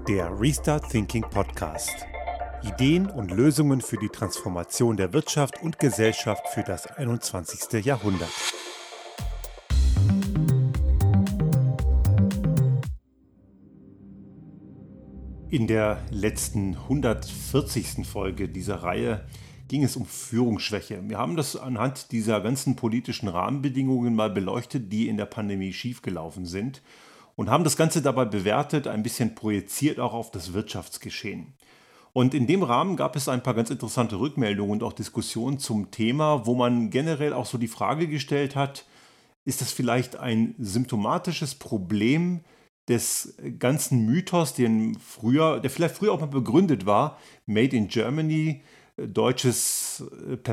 Der Restart Thinking Podcast. Ideen und Lösungen für die Transformation der Wirtschaft und Gesellschaft für das 21. Jahrhundert. In der letzten 140. Folge dieser Reihe ging es um Führungsschwäche. Wir haben das anhand dieser ganzen politischen Rahmenbedingungen mal beleuchtet, die in der Pandemie schiefgelaufen sind, und haben das Ganze dabei bewertet, ein bisschen projiziert auch auf das Wirtschaftsgeschehen. Und in dem Rahmen gab es ein paar ganz interessante Rückmeldungen und auch Diskussionen zum Thema, wo man generell auch so die Frage gestellt hat, ist das vielleicht ein symptomatisches Problem des ganzen Mythos, der vielleicht früher auch mal begründet war, Made in Germany, deutsches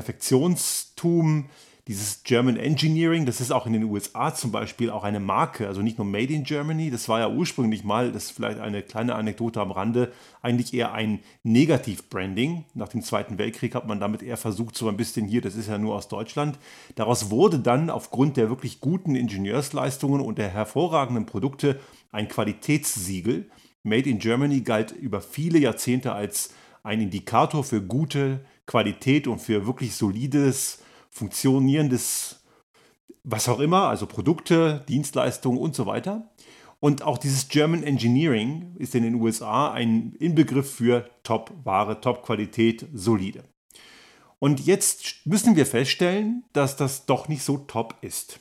Perfektionstum, dieses German Engineering, das ist auch in den USA zum Beispiel auch eine Marke, also nicht nur Made in Germany, das war ja ursprünglich mal, das ist vielleicht eine kleine Anekdote am Rande, eigentlich eher ein Negativ-Branding. Nach dem Zweiten Weltkrieg hat man damit eher versucht, so ein bisschen hier, das ist ja nur aus Deutschland. Daraus wurde dann aufgrund der wirklich guten Ingenieursleistungen und der hervorragenden Produkte ein Qualitätssiegel. Made in Germany galt über viele Jahrzehnte als ein Indikator für gute Qualität und für wirklich solides, funktionierendes, was auch immer, also Produkte, Dienstleistungen und so weiter. Und auch dieses German Engineering ist in den USA ein Inbegriff für Top-Ware, Top-Qualität, solide. Und jetzt müssen wir feststellen, dass das doch nicht so top ist.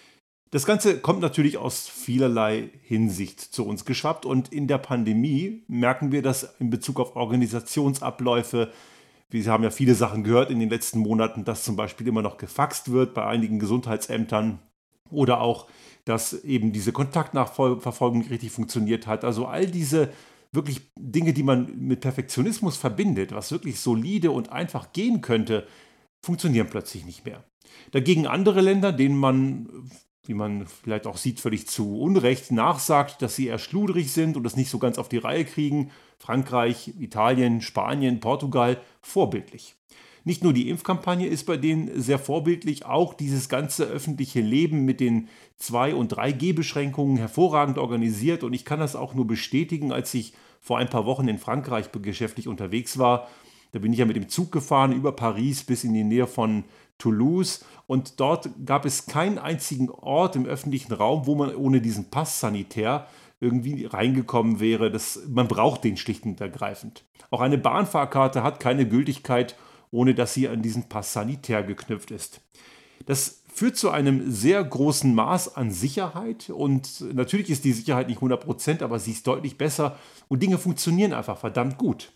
Das Ganze kommt natürlich aus vielerlei Hinsicht zu uns geschwappt, und in der Pandemie merken wir das in Bezug auf Organisationsabläufe. Wir haben ja viele Sachen gehört in den letzten Monaten, dass zum Beispiel immer noch gefaxt wird bei einigen Gesundheitsämtern oder auch, dass eben diese Kontaktnachverfolgung nicht richtig funktioniert hat. Also all diese wirklich Dinge, die man mit Perfektionismus verbindet, was wirklich solide und einfach gehen könnte, funktionieren plötzlich nicht mehr. Dagegen andere Länder, denen man, wie man vielleicht auch sieht, völlig zu Unrecht nachsagt, dass sie eher schludrig sind und das nicht so ganz auf die Reihe kriegen. Frankreich, Italien, Spanien, Portugal, vorbildlich. Nicht nur die Impfkampagne ist bei denen sehr vorbildlich, auch dieses ganze öffentliche Leben mit den 2- und 3G-Beschränkungen hervorragend organisiert, und ich kann das auch nur bestätigen, als ich vor ein paar Wochen in Frankreich geschäftlich unterwegs war. Da bin ich ja mit dem Zug gefahren über Paris bis in die Nähe von Toulouse, und dort gab es keinen einzigen Ort im öffentlichen Raum, wo man ohne diesen Pass sanitär irgendwie reingekommen wäre. Man braucht den schlicht und ergreifend. Auch eine Bahnfahrkarte hat keine Gültigkeit, ohne dass sie an diesen Pass sanitär geknüpft ist. Das führt zu einem sehr großen Maß an Sicherheit, und natürlich ist die Sicherheit nicht 100%, aber sie ist deutlich besser und Dinge funktionieren einfach verdammt gut.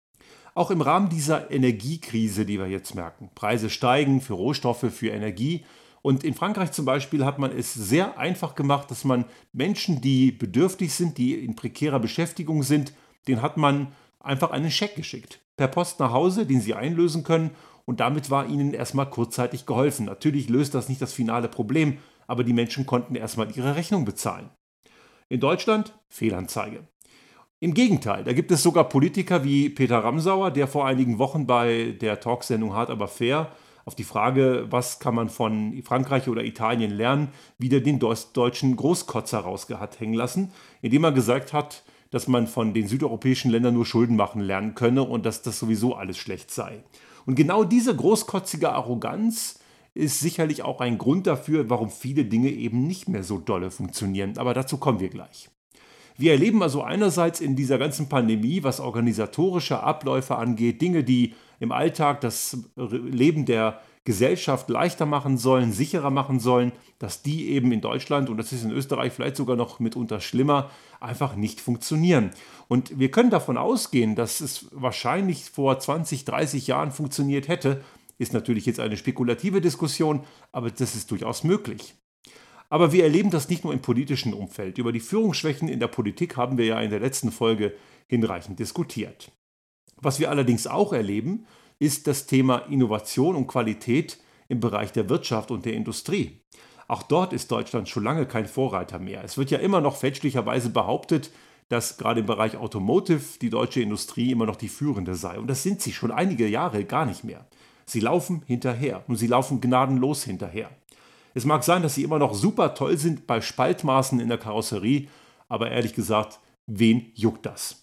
Auch im Rahmen dieser Energiekrise, die wir jetzt merken. Preise steigen für Rohstoffe, für Energie. Und in Frankreich zum Beispiel hat man es sehr einfach gemacht, dass man Menschen, die bedürftig sind, die in prekärer Beschäftigung sind, denen hat man einfach einen Scheck geschickt. Per Post nach Hause, den sie einlösen können. Und damit war ihnen erstmal kurzzeitig geholfen. Natürlich löst das nicht das finale Problem, aber die Menschen konnten erstmal ihre Rechnung bezahlen. In Deutschland Fehlanzeige. Im Gegenteil, da gibt es sogar Politiker wie Peter Ramsauer, der vor einigen Wochen bei der Talksendung Hart aber fair auf die Frage, was kann man von Frankreich oder Italien lernen, wieder den deutschen Großkotzer rausgehat hängen lassen, indem er gesagt hat, dass man von den südeuropäischen Ländern nur Schulden machen lernen könne und dass das sowieso alles schlecht sei. Und genau diese großkotzige Arroganz ist sicherlich auch ein Grund dafür, warum viele Dinge eben nicht mehr so dolle funktionieren. Aber dazu kommen wir gleich. Wir erleben also einerseits in dieser ganzen Pandemie, was organisatorische Abläufe angeht, Dinge, die im Alltag das Leben der Gesellschaft leichter machen sollen, sicherer machen sollen, dass die eben in Deutschland, und das ist in Österreich vielleicht sogar noch mitunter schlimmer, einfach nicht funktionieren. Und wir können davon ausgehen, dass es wahrscheinlich vor 20, 30 Jahren funktioniert hätte. Ist natürlich jetzt eine spekulative Diskussion, aber das ist durchaus möglich. Aber wir erleben das nicht nur im politischen Umfeld. Über die Führungsschwächen in der Politik haben wir ja in der letzten Folge hinreichend diskutiert. Was wir allerdings auch erleben, ist das Thema Innovation und Qualität im Bereich der Wirtschaft und der Industrie. Auch dort ist Deutschland schon lange kein Vorreiter mehr. Es wird ja immer noch fälschlicherweise behauptet, dass gerade im Bereich Automotive die deutsche Industrie immer noch die führende sei. Und das sind sie schon einige Jahre gar nicht mehr. Sie laufen hinterher, und sie laufen gnadenlos hinterher. Es mag sein, dass sie immer noch super toll sind bei Spaltmaßen in der Karosserie, aber ehrlich gesagt, wen juckt das?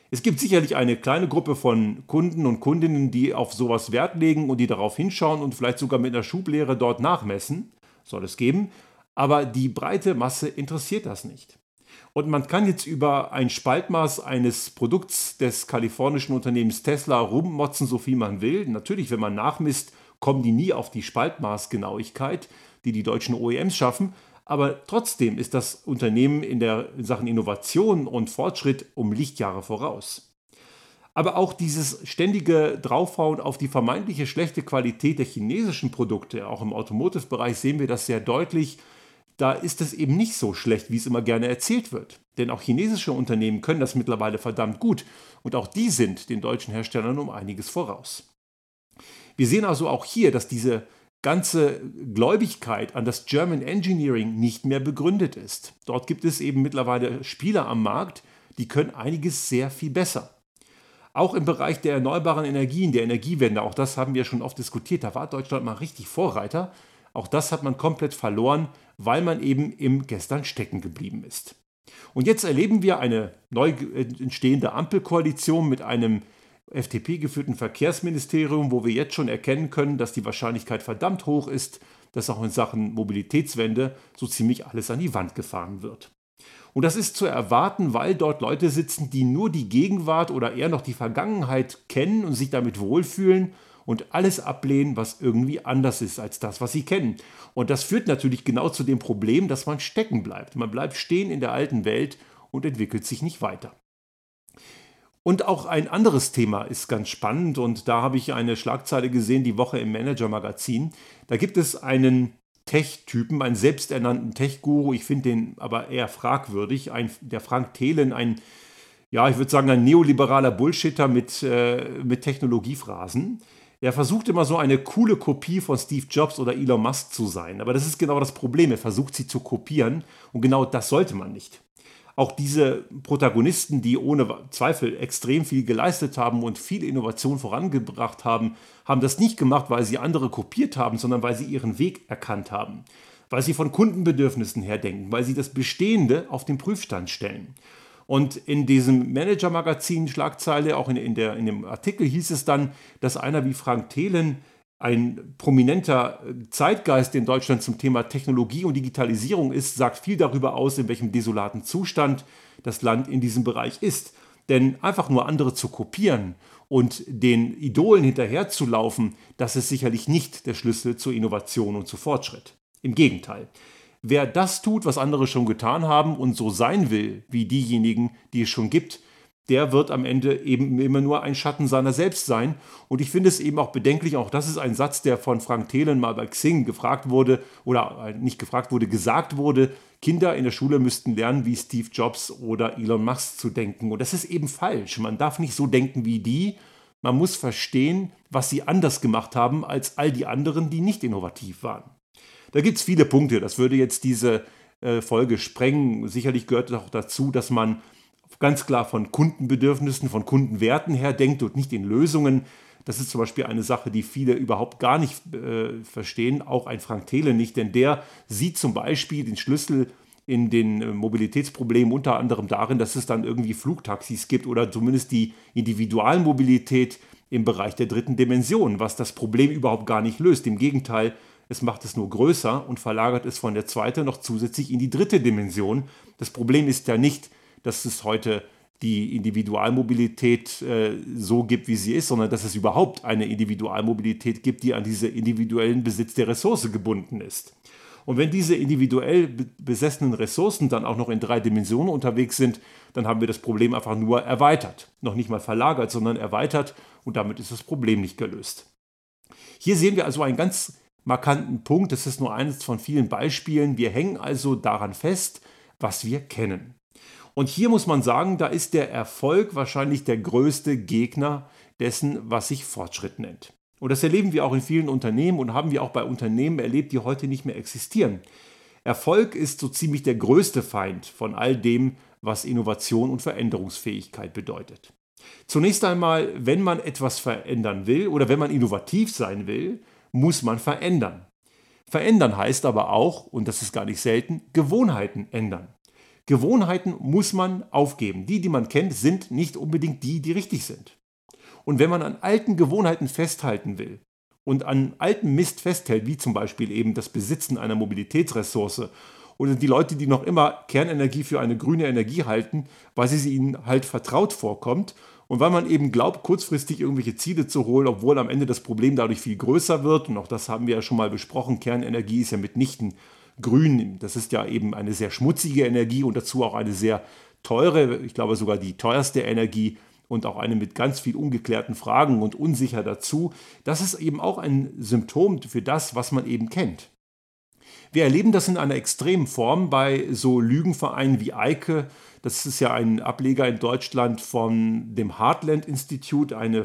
Es gibt sicherlich eine kleine Gruppe von Kunden und Kundinnen, die auf sowas Wert legen und die darauf hinschauen und vielleicht sogar mit einer Schublehre dort nachmessen. Soll es geben. Aber die breite Masse interessiert das nicht. Und man kann jetzt über ein Spaltmaß eines Produkts des kalifornischen Unternehmens Tesla rummotzen, so viel man will. Natürlich, wenn man nachmisst, kommen die nie auf die Spaltmaßgenauigkeit, die die deutschen OEMs schaffen. Aber trotzdem ist das Unternehmen in Sachen Innovation und Fortschritt um Lichtjahre voraus. Aber auch dieses ständige Draufhauen auf die vermeintliche schlechte Qualität der chinesischen Produkte, auch im Automotive-Bereich sehen wir das sehr deutlich, da ist es eben nicht so schlecht, wie es immer gerne erzählt wird. Denn auch chinesische Unternehmen können das mittlerweile verdammt gut und auch die sind den deutschen Herstellern um einiges voraus. Wir sehen also auch hier, dass diese ganze Gläubigkeit an das German Engineering nicht mehr begründet ist. Dort gibt es eben mittlerweile Spieler am Markt, die können einiges sehr viel besser. Auch im Bereich der erneuerbaren Energien, der Energiewende, auch das haben wir schon oft diskutiert, da war Deutschland mal richtig Vorreiter. Auch das hat man komplett verloren, weil man eben im Gestern stecken geblieben ist. Und jetzt erleben wir eine neu entstehende Ampelkoalition mit einem FDP-geführten Verkehrsministerium, wo wir jetzt schon erkennen können, dass die Wahrscheinlichkeit verdammt hoch ist, dass auch in Sachen Mobilitätswende so ziemlich alles an die Wand gefahren wird. Und das ist zu erwarten, weil dort Leute sitzen, die nur die Gegenwart oder eher noch die Vergangenheit kennen und sich damit wohlfühlen und alles ablehnen, was irgendwie anders ist als das, was sie kennen. Und das führt natürlich genau zu dem Problem, dass man stecken bleibt. Man bleibt stehen in der alten Welt und entwickelt sich nicht weiter. Und auch ein anderes Thema ist ganz spannend und da habe ich eine Schlagzeile gesehen, die Woche im Manager-Magazin. Da gibt es einen Tech-Typen, einen selbsternannten Tech-Guru, ich finde den aber eher fragwürdig, der Frank Thelen, ich würde sagen, ein neoliberaler Bullshitter mit Technologiephrasen. Er versucht immer so eine coole Kopie von Steve Jobs oder Elon Musk zu sein, aber das ist genau das Problem, er versucht sie zu kopieren und genau das sollte man nicht. Auch diese Protagonisten, die ohne Zweifel extrem viel geleistet haben und viel Innovation vorangebracht haben, haben das nicht gemacht, weil sie andere kopiert haben, sondern weil sie ihren Weg erkannt haben. Weil sie von Kundenbedürfnissen her denken, weil sie das Bestehende auf den Prüfstand stellen. Und in diesem Manager-Magazin-Schlagzeile, auch in dem Artikel hieß es dann, dass einer wie Frank Thelen, ein prominenter Zeitgeist in Deutschland zum Thema Technologie und Digitalisierung ist, sagt viel darüber aus, in welchem desolaten Zustand das Land in diesem Bereich ist. Denn einfach nur andere zu kopieren und den Idolen hinterherzulaufen, das ist sicherlich nicht der Schlüssel zur Innovation und zu Fortschritt. Im Gegenteil. Wer das tut, was andere schon getan haben und so sein will wie diejenigen, die es schon gibt, der wird am Ende eben immer nur ein Schatten seiner selbst sein. Und ich finde es eben auch bedenklich, auch das ist ein Satz, der von Frank Thelen mal bei Xing gefragt wurde, oder nicht gefragt wurde, gesagt wurde, Kinder in der Schule müssten lernen, wie Steve Jobs oder Elon Musk zu denken. Und das ist eben falsch. Man darf nicht so denken wie die. Man muss verstehen, was sie anders gemacht haben als all die anderen, die nicht innovativ waren. Da gibt es viele Punkte. Das würde jetzt diese Folge sprengen. Sicherlich gehört auch dazu, dass man ganz klar von Kundenbedürfnissen, von Kundenwerten her denkt und nicht in Lösungen. Das ist zum Beispiel eine Sache, die viele überhaupt gar nicht verstehen, auch ein Frank Thelen nicht, denn der sieht zum Beispiel den Schlüssel in den Mobilitätsproblemen unter anderem darin, dass es dann irgendwie Flugtaxis gibt oder zumindest die Individualmobilität im Bereich der dritten Dimension, was das Problem überhaupt gar nicht löst. Im Gegenteil, es macht es nur größer und verlagert es von der zweiten noch zusätzlich in die dritte Dimension. Das Problem ist ja nicht, dass es heute die Individualmobilität so gibt, wie sie ist, sondern dass es überhaupt eine Individualmobilität gibt, die an diesen individuellen Besitz der Ressource gebunden ist. Und wenn diese individuell besessenen Ressourcen dann auch noch in 3 Dimensionen unterwegs sind, dann haben wir das Problem einfach nur erweitert. Noch nicht mal verlagert, sondern erweitert und damit ist das Problem nicht gelöst. Hier sehen wir also einen ganz markanten Punkt, das ist nur eines von vielen Beispielen. Wir hängen also daran fest, was wir kennen. Und hier muss man sagen, da ist der Erfolg wahrscheinlich der größte Gegner dessen, was sich Fortschritt nennt. Und das erleben wir auch in vielen Unternehmen und haben wir auch bei Unternehmen erlebt, die heute nicht mehr existieren. Erfolg ist so ziemlich der größte Feind von all dem, was Innovation und Veränderungsfähigkeit bedeutet. Zunächst einmal, wenn man etwas verändern will oder wenn man innovativ sein will, muss man verändern. Verändern heißt aber auch, und das ist gar nicht selten, Gewohnheiten ändern. Gewohnheiten muss man aufgeben. Die man kennt, sind nicht unbedingt die richtig sind. Und wenn man an alten Gewohnheiten festhalten will und an altem Mist festhält, wie zum Beispiel eben das Besitzen einer Mobilitätsressource oder die Leute, die noch immer Kernenergie für eine grüne Energie halten, weil sie ihnen halt vertraut vorkommt und weil man eben glaubt, kurzfristig irgendwelche Ziele zu holen, obwohl am Ende das Problem dadurch viel größer wird. Und auch das haben wir ja schon mal besprochen. Kernenergie ist ja mitnichten grün. Das ist ja eben eine sehr schmutzige Energie und dazu auch eine sehr teure, ich glaube sogar die teuerste Energie und auch eine mit ganz viel ungeklärten Fragen und unsicher dazu. Das ist eben auch ein Symptom für das, was man eben kennt. Wir erleben das in einer extremen Form bei so Lügenvereinen wie Eike. Das ist ja ein Ableger in Deutschland von dem Heartland Institute, eine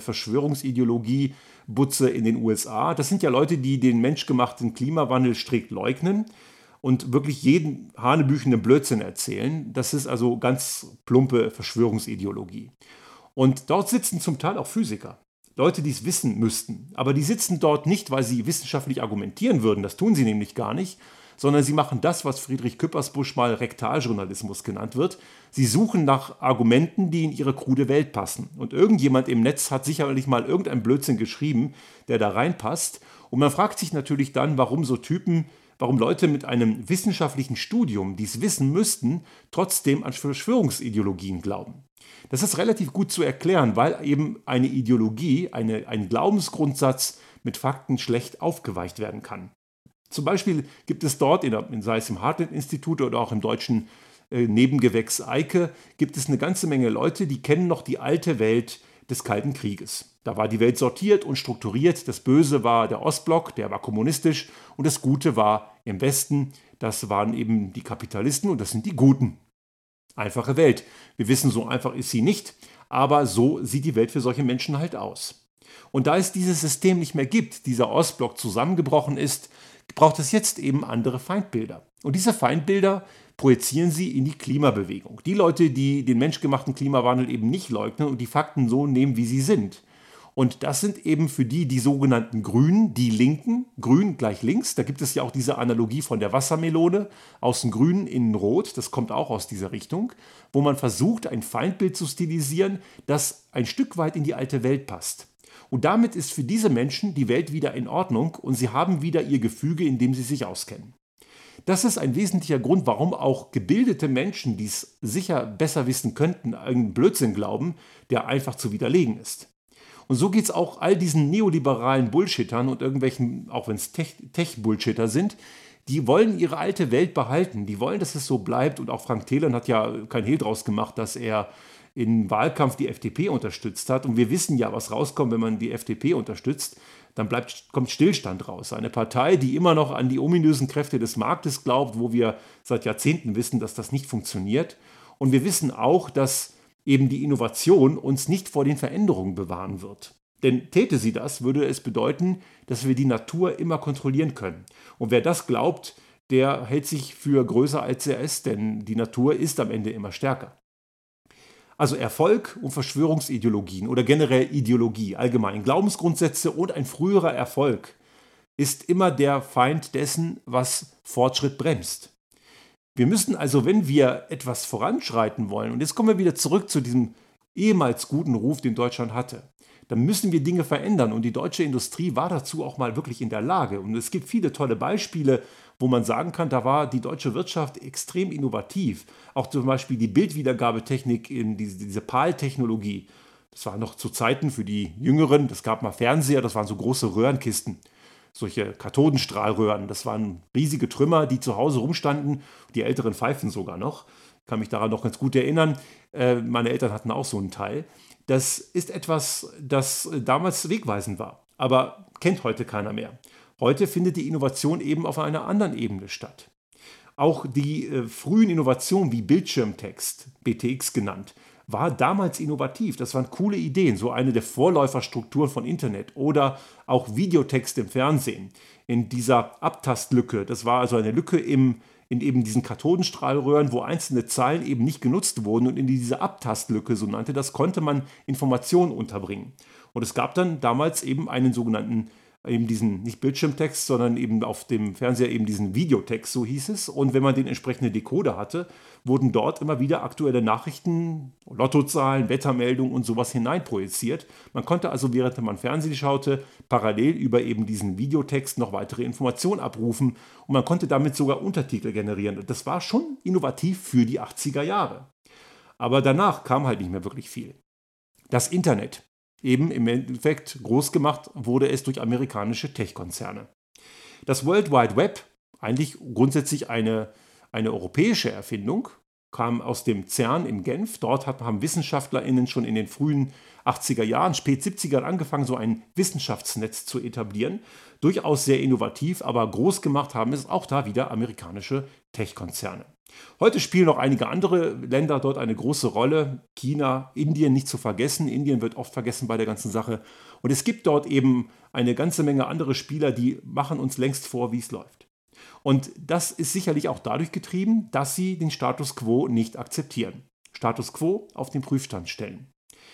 Verschwörungsideologie-Butze in den USA. Das sind ja Leute, die den menschgemachten Klimawandel strikt leugnen und wirklich jeden hanebüchenden Blödsinn erzählen. Das ist also ganz plumpe Verschwörungsideologie. Und dort sitzen zum Teil auch Physiker. Leute, die es wissen müssten. Aber die sitzen dort nicht, weil sie wissenschaftlich argumentieren würden. Das tun sie nämlich gar nicht. Sondern sie machen das, was Friedrich Küppersbusch mal Rektaljournalismus genannt wird. Sie suchen nach Argumenten, die in ihre krude Welt passen. Und irgendjemand im Netz hat sicherlich mal irgendeinen Blödsinn geschrieben, der da reinpasst. Und man fragt sich natürlich dann, warum Leute mit einem wissenschaftlichen Studium, die es wissen müssten, trotzdem an Verschwörungsideologien glauben. Das ist relativ gut zu erklären, weil eben eine Ideologie, ein Glaubensgrundsatz mit Fakten schlecht aufgeweicht werden kann. Zum Beispiel gibt es dort, sei es im Heartland-Institut oder auch im deutschen Nebengewächs Eike, gibt es eine ganze Menge Leute, die kennen noch die alte Welt des Kalten Krieges. Da war die Welt sortiert und strukturiert. Das Böse war der Ostblock, der war kommunistisch. Und das Gute war im Westen, das waren eben die Kapitalisten und das sind die Guten. Einfache Welt. Wir wissen, so einfach ist sie nicht, aber so sieht die Welt für solche Menschen halt aus. Und da es dieses System nicht mehr gibt, dieser Ostblock zusammengebrochen ist, braucht es jetzt eben andere Feindbilder. Und diese Feindbilder projizieren sie in die Klimabewegung. Die Leute, die den menschgemachten Klimawandel eben nicht leugnen und die Fakten so nehmen, wie sie sind. Und das sind eben für die sogenannten Grünen, die Linken, grün gleich links. Da gibt es ja auch diese Analogie von der Wassermelone, außen grün, innen rot, das kommt auch aus dieser Richtung, wo man versucht, ein Feindbild zu stilisieren, das ein Stück weit in die alte Welt passt. Und damit ist für diese Menschen die Welt wieder in Ordnung und sie haben wieder ihr Gefüge, in dem sie sich auskennen. Das ist ein wesentlicher Grund, warum auch gebildete Menschen, die es sicher besser wissen könnten, einen Blödsinn glauben, der einfach zu widerlegen ist. Und so geht es auch all diesen neoliberalen Bullshittern und irgendwelchen, auch wenn es Tech-Bullshitter sind, die wollen ihre alte Welt behalten. Die wollen, dass es so bleibt. Und auch Frank Thelen hat ja kein Hehl draus gemacht, dass er im Wahlkampf die FDP unterstützt hat. Und wir wissen ja, was rauskommt, wenn man die FDP unterstützt. Dann kommt Stillstand raus. Eine Partei, die immer noch an die ominösen Kräfte des Marktes glaubt, wo wir seit Jahrzehnten wissen, dass das nicht funktioniert. Und wir wissen auch, dass eben die Innovation uns nicht vor den Veränderungen bewahren wird. Denn täte sie das, würde es bedeuten, dass wir die Natur immer kontrollieren können. Und wer das glaubt, der hält sich für größer als er ist, denn die Natur ist am Ende immer stärker. Also Erfolg und Verschwörungsideologien oder generell Ideologie, allgemein Glaubensgrundsätze und ein früherer Erfolg ist immer der Feind dessen, was Fortschritt bremst. Wir müssen also, wenn wir etwas voranschreiten wollen, und jetzt kommen wir wieder zurück zu diesem ehemals guten Ruf, den Deutschland hatte, dann müssen wir Dinge verändern und die deutsche Industrie war dazu auch mal wirklich in der Lage. Und es gibt viele tolle Beispiele, wo man sagen kann, da war die deutsche Wirtschaft extrem innovativ. Auch zum Beispiel die Bildwiedergabetechnik, in diese PAL-Technologie. Das war noch zu Zeiten für die Jüngeren, das gab mal Fernseher, das waren so große Röhrenkisten. Solche Kathodenstrahlröhren, das waren riesige Trümmer, die zu Hause rumstanden, die Älteren pfeifen sogar noch. Ich kann mich daran noch ganz gut erinnern, meine Eltern hatten auch so einen Teil. Das ist etwas, das damals wegweisend war, aber kennt heute keiner mehr. Heute findet die Innovation eben auf einer anderen Ebene statt. Auch die frühen Innovationen wie Bildschirmtext, BTX genannt, war damals innovativ. Das waren coole Ideen, so eine der Vorläuferstrukturen von Internet oder auch Videotext im Fernsehen in dieser Abtastlücke. Das war also eine Lücke in eben diesen Kathodenstrahlröhren, wo einzelne Zeilen eben nicht genutzt wurden und in diese Abtastlücke, so nannte das, konnte man Informationen unterbringen. Und es gab dann damals eben einen sogenannten eben diesen, nicht Bildschirmtext, sondern eben auf dem Fernseher eben diesen Videotext, so hieß es. Und wenn man den entsprechenden Decoder hatte, wurden dort immer wieder aktuelle Nachrichten, Lottozahlen, Wettermeldungen und sowas hineinprojiziert. Man konnte also, während man Fernsehen schaute, parallel über eben diesen Videotext noch weitere Informationen abrufen und man konnte damit sogar Untertitel generieren. Und das war schon innovativ für die 80er Jahre. Aber danach kam halt nicht mehr wirklich viel. Das Internet. Eben im Endeffekt groß gemacht wurde es durch amerikanische Tech-Konzerne. Das World Wide Web, eigentlich grundsätzlich eine europäische Erfindung, kam aus dem CERN in Genf. Dort haben WissenschaftlerInnen schon in den frühen 80er Jahren, spät 70ern angefangen, so ein Wissenschaftsnetz zu etablieren. Durchaus sehr innovativ, aber groß gemacht haben es auch da wieder amerikanische Tech-Konzerne. Heute spielen noch einige andere Länder dort eine große Rolle. China, Indien nicht zu vergessen. Indien wird oft vergessen bei der ganzen Sache. Und es gibt dort eben eine ganze Menge andere Spieler, die machen uns längst vor, wie es läuft. Und das ist sicherlich auch dadurch getrieben, dass sie den Status quo nicht akzeptieren. Status quo auf den Prüfstand stellen.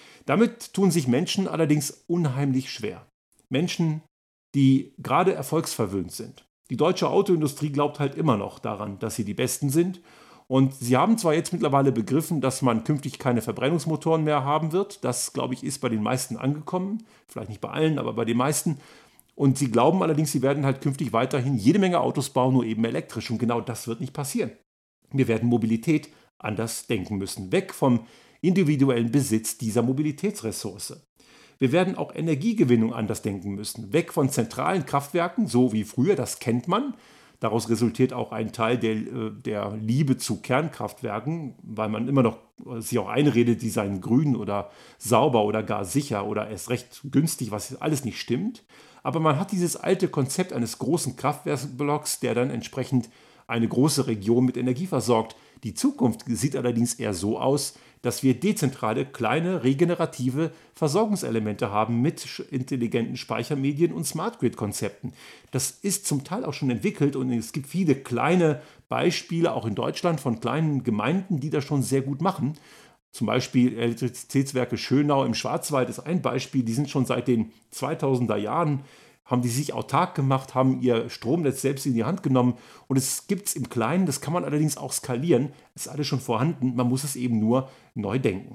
Damit tun sich Menschen allerdings unheimlich schwer. Menschen, die gerade erfolgsverwöhnt sind. Die deutsche Autoindustrie glaubt halt immer noch daran, dass sie die Besten sind. Und sie haben zwar jetzt mittlerweile begriffen, dass man künftig keine Verbrennungsmotoren mehr haben wird. Das, glaube ich, ist bei den meisten angekommen. Vielleicht nicht bei allen, aber bei den meisten. Und sie glauben allerdings, sie werden halt künftig weiterhin jede Menge Autos bauen, nur eben elektrisch. Und genau das wird nicht passieren. Wir werden Mobilität anders denken müssen. Weg vom individuellen Besitz dieser Mobilitätsressource. Wir werden auch Energiegewinnung anders denken müssen. Weg von zentralen Kraftwerken, so wie früher, das kennt man. Daraus resultiert auch ein Teil der Liebe zu Kernkraftwerken, weil man immer noch sich auch einredet, die seien grün oder sauber oder gar sicher oder erst recht günstig, was alles nicht stimmt. Aber man hat dieses alte Konzept eines großen Kraftwerksblocks, der dann entsprechend eine große Region mit Energie versorgt. Die Zukunft sieht allerdings eher so aus, dass wir dezentrale, kleine, regenerative Versorgungselemente haben mit intelligenten Speichermedien und Smart Grid-Konzepten. Das ist zum Teil auch schon entwickelt und es gibt viele kleine Beispiele, auch in Deutschland, von kleinen Gemeinden, die das schon sehr gut machen. Zum Beispiel Elektrizitätswerke Schönau im Schwarzwald ist ein Beispiel, die sind schon seit den 2000er Jahren, haben die sich autark gemacht, haben ihr Stromnetz selbst in die Hand genommen und es gibt es im Kleinen, das kann man allerdings auch skalieren, ist alles schon vorhanden, man muss es eben nur neu denken.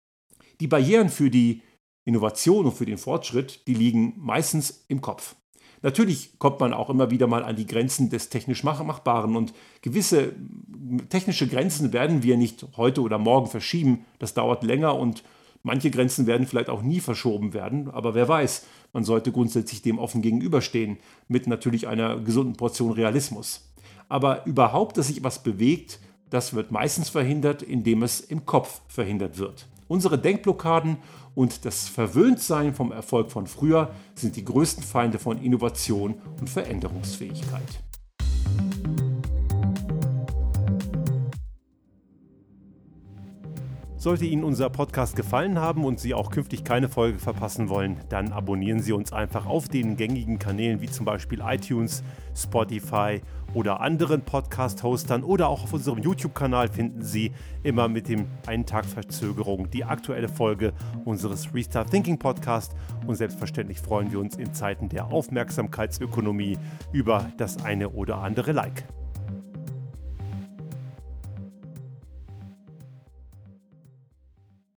Die Barrieren für die Innovation und für den Fortschritt, die liegen meistens im Kopf. Natürlich kommt man auch immer wieder mal an die Grenzen des technisch Machbaren und gewisse technische Grenzen werden wir nicht heute oder morgen verschieben, das dauert länger und manche Grenzen werden vielleicht auch nie verschoben werden, aber wer weiß, man sollte grundsätzlich dem offen gegenüberstehen, mit natürlich einer gesunden Portion Realismus. Aber überhaupt, dass sich was bewegt, das wird meistens verhindert, indem es im Kopf verhindert wird. Unsere Denkblockaden und das Verwöhntsein vom Erfolg von früher sind die größten Feinde von Innovation und Veränderungsfähigkeit. Sollte Ihnen unser Podcast gefallen haben und Sie auch künftig keine Folge verpassen wollen, dann abonnieren Sie uns einfach auf den gängigen Kanälen wie zum Beispiel iTunes, Spotify oder anderen Podcast-Hostern oder auch auf unserem YouTube-Kanal finden Sie immer mit dem einen Tag Verzögerung die aktuelle Folge unseres Restart Thinking Podcast und selbstverständlich freuen wir uns in Zeiten der Aufmerksamkeitsökonomie über das eine oder andere Like.